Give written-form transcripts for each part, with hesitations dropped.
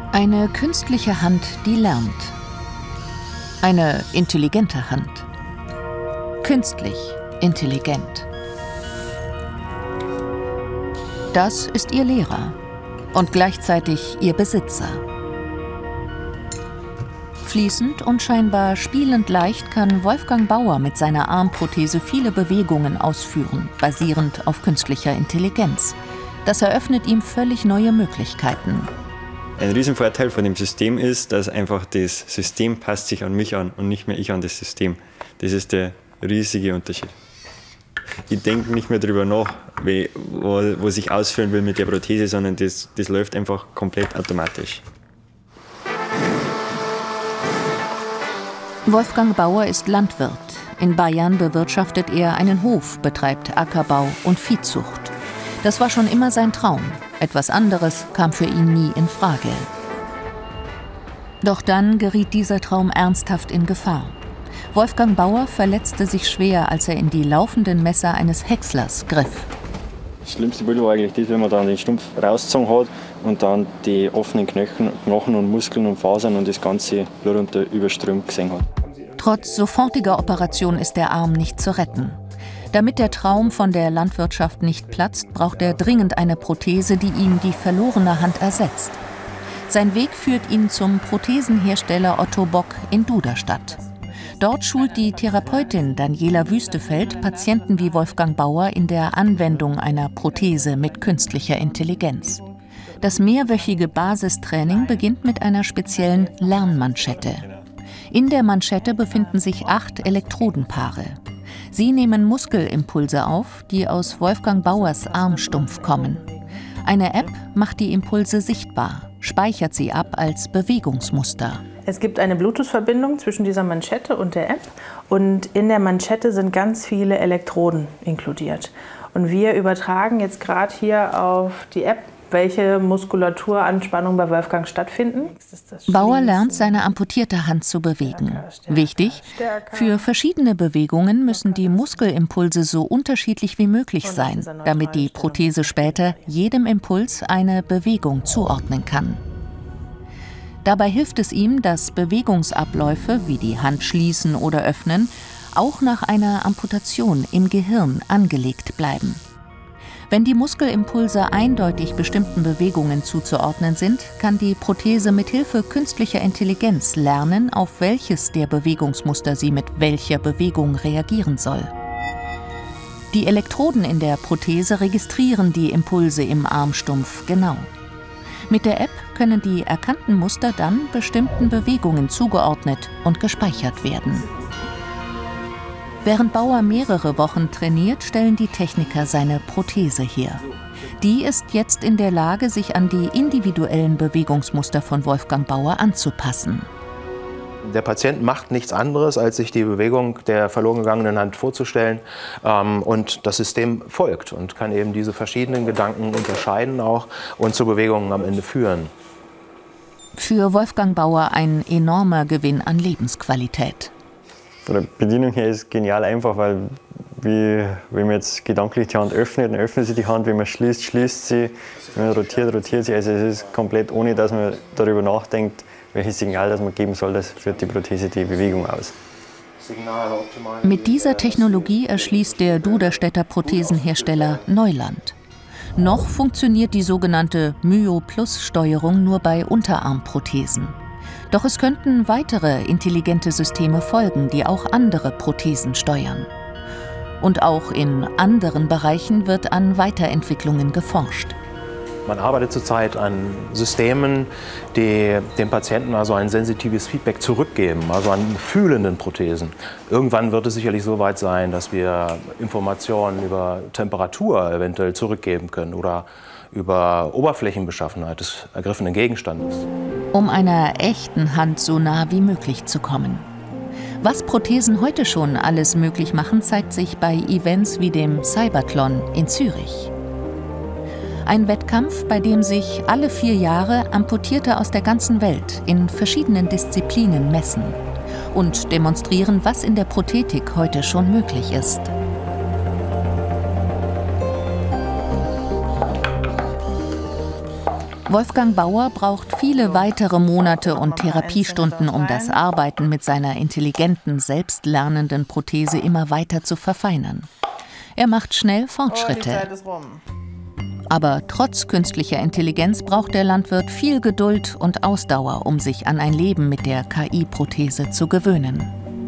Eine künstliche Hand, die lernt. Eine intelligente Hand. Künstlich intelligent. Das ist ihr Lehrer und gleichzeitig ihr Besitzer. Fließend und scheinbar spielend leicht kann Wolfgang Bauer mit seiner Armprothese viele Bewegungen ausführen, basierend auf künstlicher Intelligenz. Das eröffnet ihm völlig neue Möglichkeiten. Ein Riesenvorteil von dem System ist, dass einfach das System passt sich an mich an und nicht mehr ich an das System. Das ist der riesige Unterschied. Ich denke nicht mehr darüber nach, was ich ausführen will mit der Prothese, sondern das läuft einfach komplett automatisch. Wolfgang Bauer ist Landwirt. In Bayern bewirtschaftet er einen Hof, betreibt Ackerbau und Viehzucht. Das war schon immer sein Traum. Etwas anderes kam für ihn nie in Frage. Doch dann geriet dieser Traum ernsthaft in Gefahr. Wolfgang Bauer verletzte sich schwer, als er in die laufenden Messer eines Häckslers griff. Das schlimmste Bild war eigentlich das, wenn man dann den Stumpf rausgezogen hat und dann die offenen Knochen und Muskeln und Fasern und das ganze Blut überströmt gesehen hat. Trotz sofortiger Operation ist der Arm nicht zu retten. Damit der Traum von der Landwirtschaft nicht platzt, braucht er dringend eine Prothese, die ihm die verlorene Hand ersetzt. Sein Weg führt ihn zum Prothesenhersteller Otto Bock in Duderstadt. Dort schult die Therapeutin Daniela Wüstefeld Patienten wie Wolfgang Bauer in der Anwendung einer Prothese mit künstlicher Intelligenz. Das mehrwöchige Basistraining beginnt mit einer speziellen Lernmanschette. In der Manschette befinden sich 8 Elektrodenpaare. Sie nehmen Muskelimpulse auf, die aus Wolfgang Bauers Armstumpf kommen. Eine App macht die Impulse sichtbar, speichert sie ab als Bewegungsmuster. Es gibt eine Bluetooth-Verbindung zwischen dieser Manschette und der App und in der Manschette sind ganz viele Elektroden inkludiert. Und wir übertragen jetzt gerade hier auf die App, welche Muskulaturanspannungen bei Wolfgang stattfinden. Bauer lernt, seine amputierte Hand zu bewegen. Wichtig, für verschiedene Bewegungen müssen die Muskelimpulse so unterschiedlich wie möglich sein, damit die Prothese später jedem Impuls eine Bewegung zuordnen kann. Dabei hilft es ihm, dass Bewegungsabläufe wie die Hand schließen oder öffnen auch nach einer Amputation im Gehirn angelegt bleiben. Wenn die Muskelimpulse eindeutig bestimmten Bewegungen zuzuordnen sind, kann die Prothese mit Hilfe künstlicher Intelligenz lernen, auf welches der Bewegungsmuster sie mit welcher Bewegung reagieren soll. Die Elektroden in der Prothese registrieren die Impulse im Armstumpf genau. Mit der App können die erkannten Muster dann bestimmten Bewegungen zugeordnet und gespeichert werden. Während Bauer mehrere Wochen trainiert, stellen die Techniker seine Prothese her. Die ist jetzt in der Lage, sich an die individuellen Bewegungsmuster von Wolfgang Bauer anzupassen. Der Patient macht nichts anderes, als sich die Bewegung der verloren gegangenen Hand vorzustellen. Und das System folgt und kann eben diese verschiedenen Gedanken unterscheiden auch und zu Bewegungen am Ende führen. Für Wolfgang Bauer ein enormer Gewinn an Lebensqualität. Von der Bedienung her ist es genial einfach, weil wenn man jetzt gedanklich die Hand öffnet, dann öffnet sie die Hand, wenn man schließt, schließt sie, wenn man rotiert, rotiert sie. Also es ist komplett ohne, dass man darüber nachdenkt, welches Signal das man geben soll, das führt die Prothese die Bewegung aus. Mit dieser Technologie erschließt der Duderstädter Prothesenhersteller Neuland. Noch funktioniert die sogenannte Myo-Plus-Steuerung nur bei Unterarmprothesen. Doch es könnten weitere intelligente Systeme folgen, die auch andere Prothesen steuern. Und auch in anderen Bereichen wird an Weiterentwicklungen geforscht. Man arbeitet zurzeit an Systemen, die dem Patienten also ein sensitives Feedback zurückgeben, also an fühlenden Prothesen. Irgendwann wird es sicherlich so weit sein, dass wir Informationen über Temperatur eventuell zurückgeben können oder über Oberflächenbeschaffenheit des ergriffenen Gegenstandes. Um einer echten Hand so nah wie möglich zu kommen. Was Prothesen heute schon alles möglich machen, zeigt sich bei Events wie dem Cyberthlon in Zürich. Ein Wettkampf, bei dem sich alle 4 Jahre Amputierte aus der ganzen Welt in verschiedenen Disziplinen messen und demonstrieren, was in der Prothetik heute schon möglich ist. Wolfgang Bauer braucht viele weitere Monate und Therapiestunden, um das Arbeiten mit seiner intelligenten, selbstlernenden Prothese immer weiter zu verfeinern. Er macht schnell Fortschritte. Aber trotz künstlicher Intelligenz braucht der Landwirt viel Geduld und Ausdauer, um sich an ein Leben mit der KI-Prothese zu gewöhnen.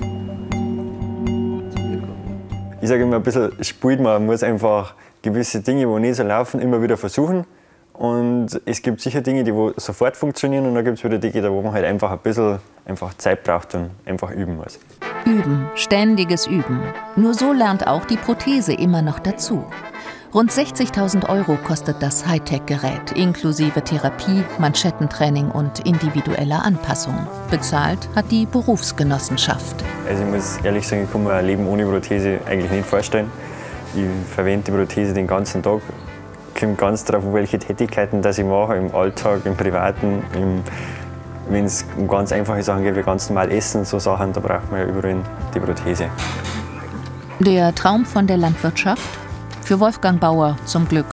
Ich sage immer ein bisschen, spielt man muss einfach gewisse Dinge, die nicht so laufen, immer wieder versuchen. Und es gibt sicher Dinge, die sofort funktionieren, und dann gibt es wieder Dinge, wo man halt einfach ein bisschen Zeit braucht und einfach üben muss. Üben, ständiges Üben. Nur so lernt auch die Prothese immer noch dazu. Rund 60.000 € kostet das Hightech-Gerät, inklusive Therapie, Manschettentraining und individueller Anpassung. Bezahlt hat die Berufsgenossenschaft. Also ich muss ehrlich sagen, ich kann mir ein Leben ohne Prothese eigentlich nicht vorstellen. Ich verwende die Prothese den ganzen Tag. Kommt ganz darauf, welche Tätigkeiten das ich mache, im Alltag, im Privaten, wenn es um ganz einfache Sachen geht, wie ganz normal Essen, so Sachen, da braucht man ja überall die Prothese. Der Traum von der Landwirtschaft? Für Wolfgang Bauer zum Glück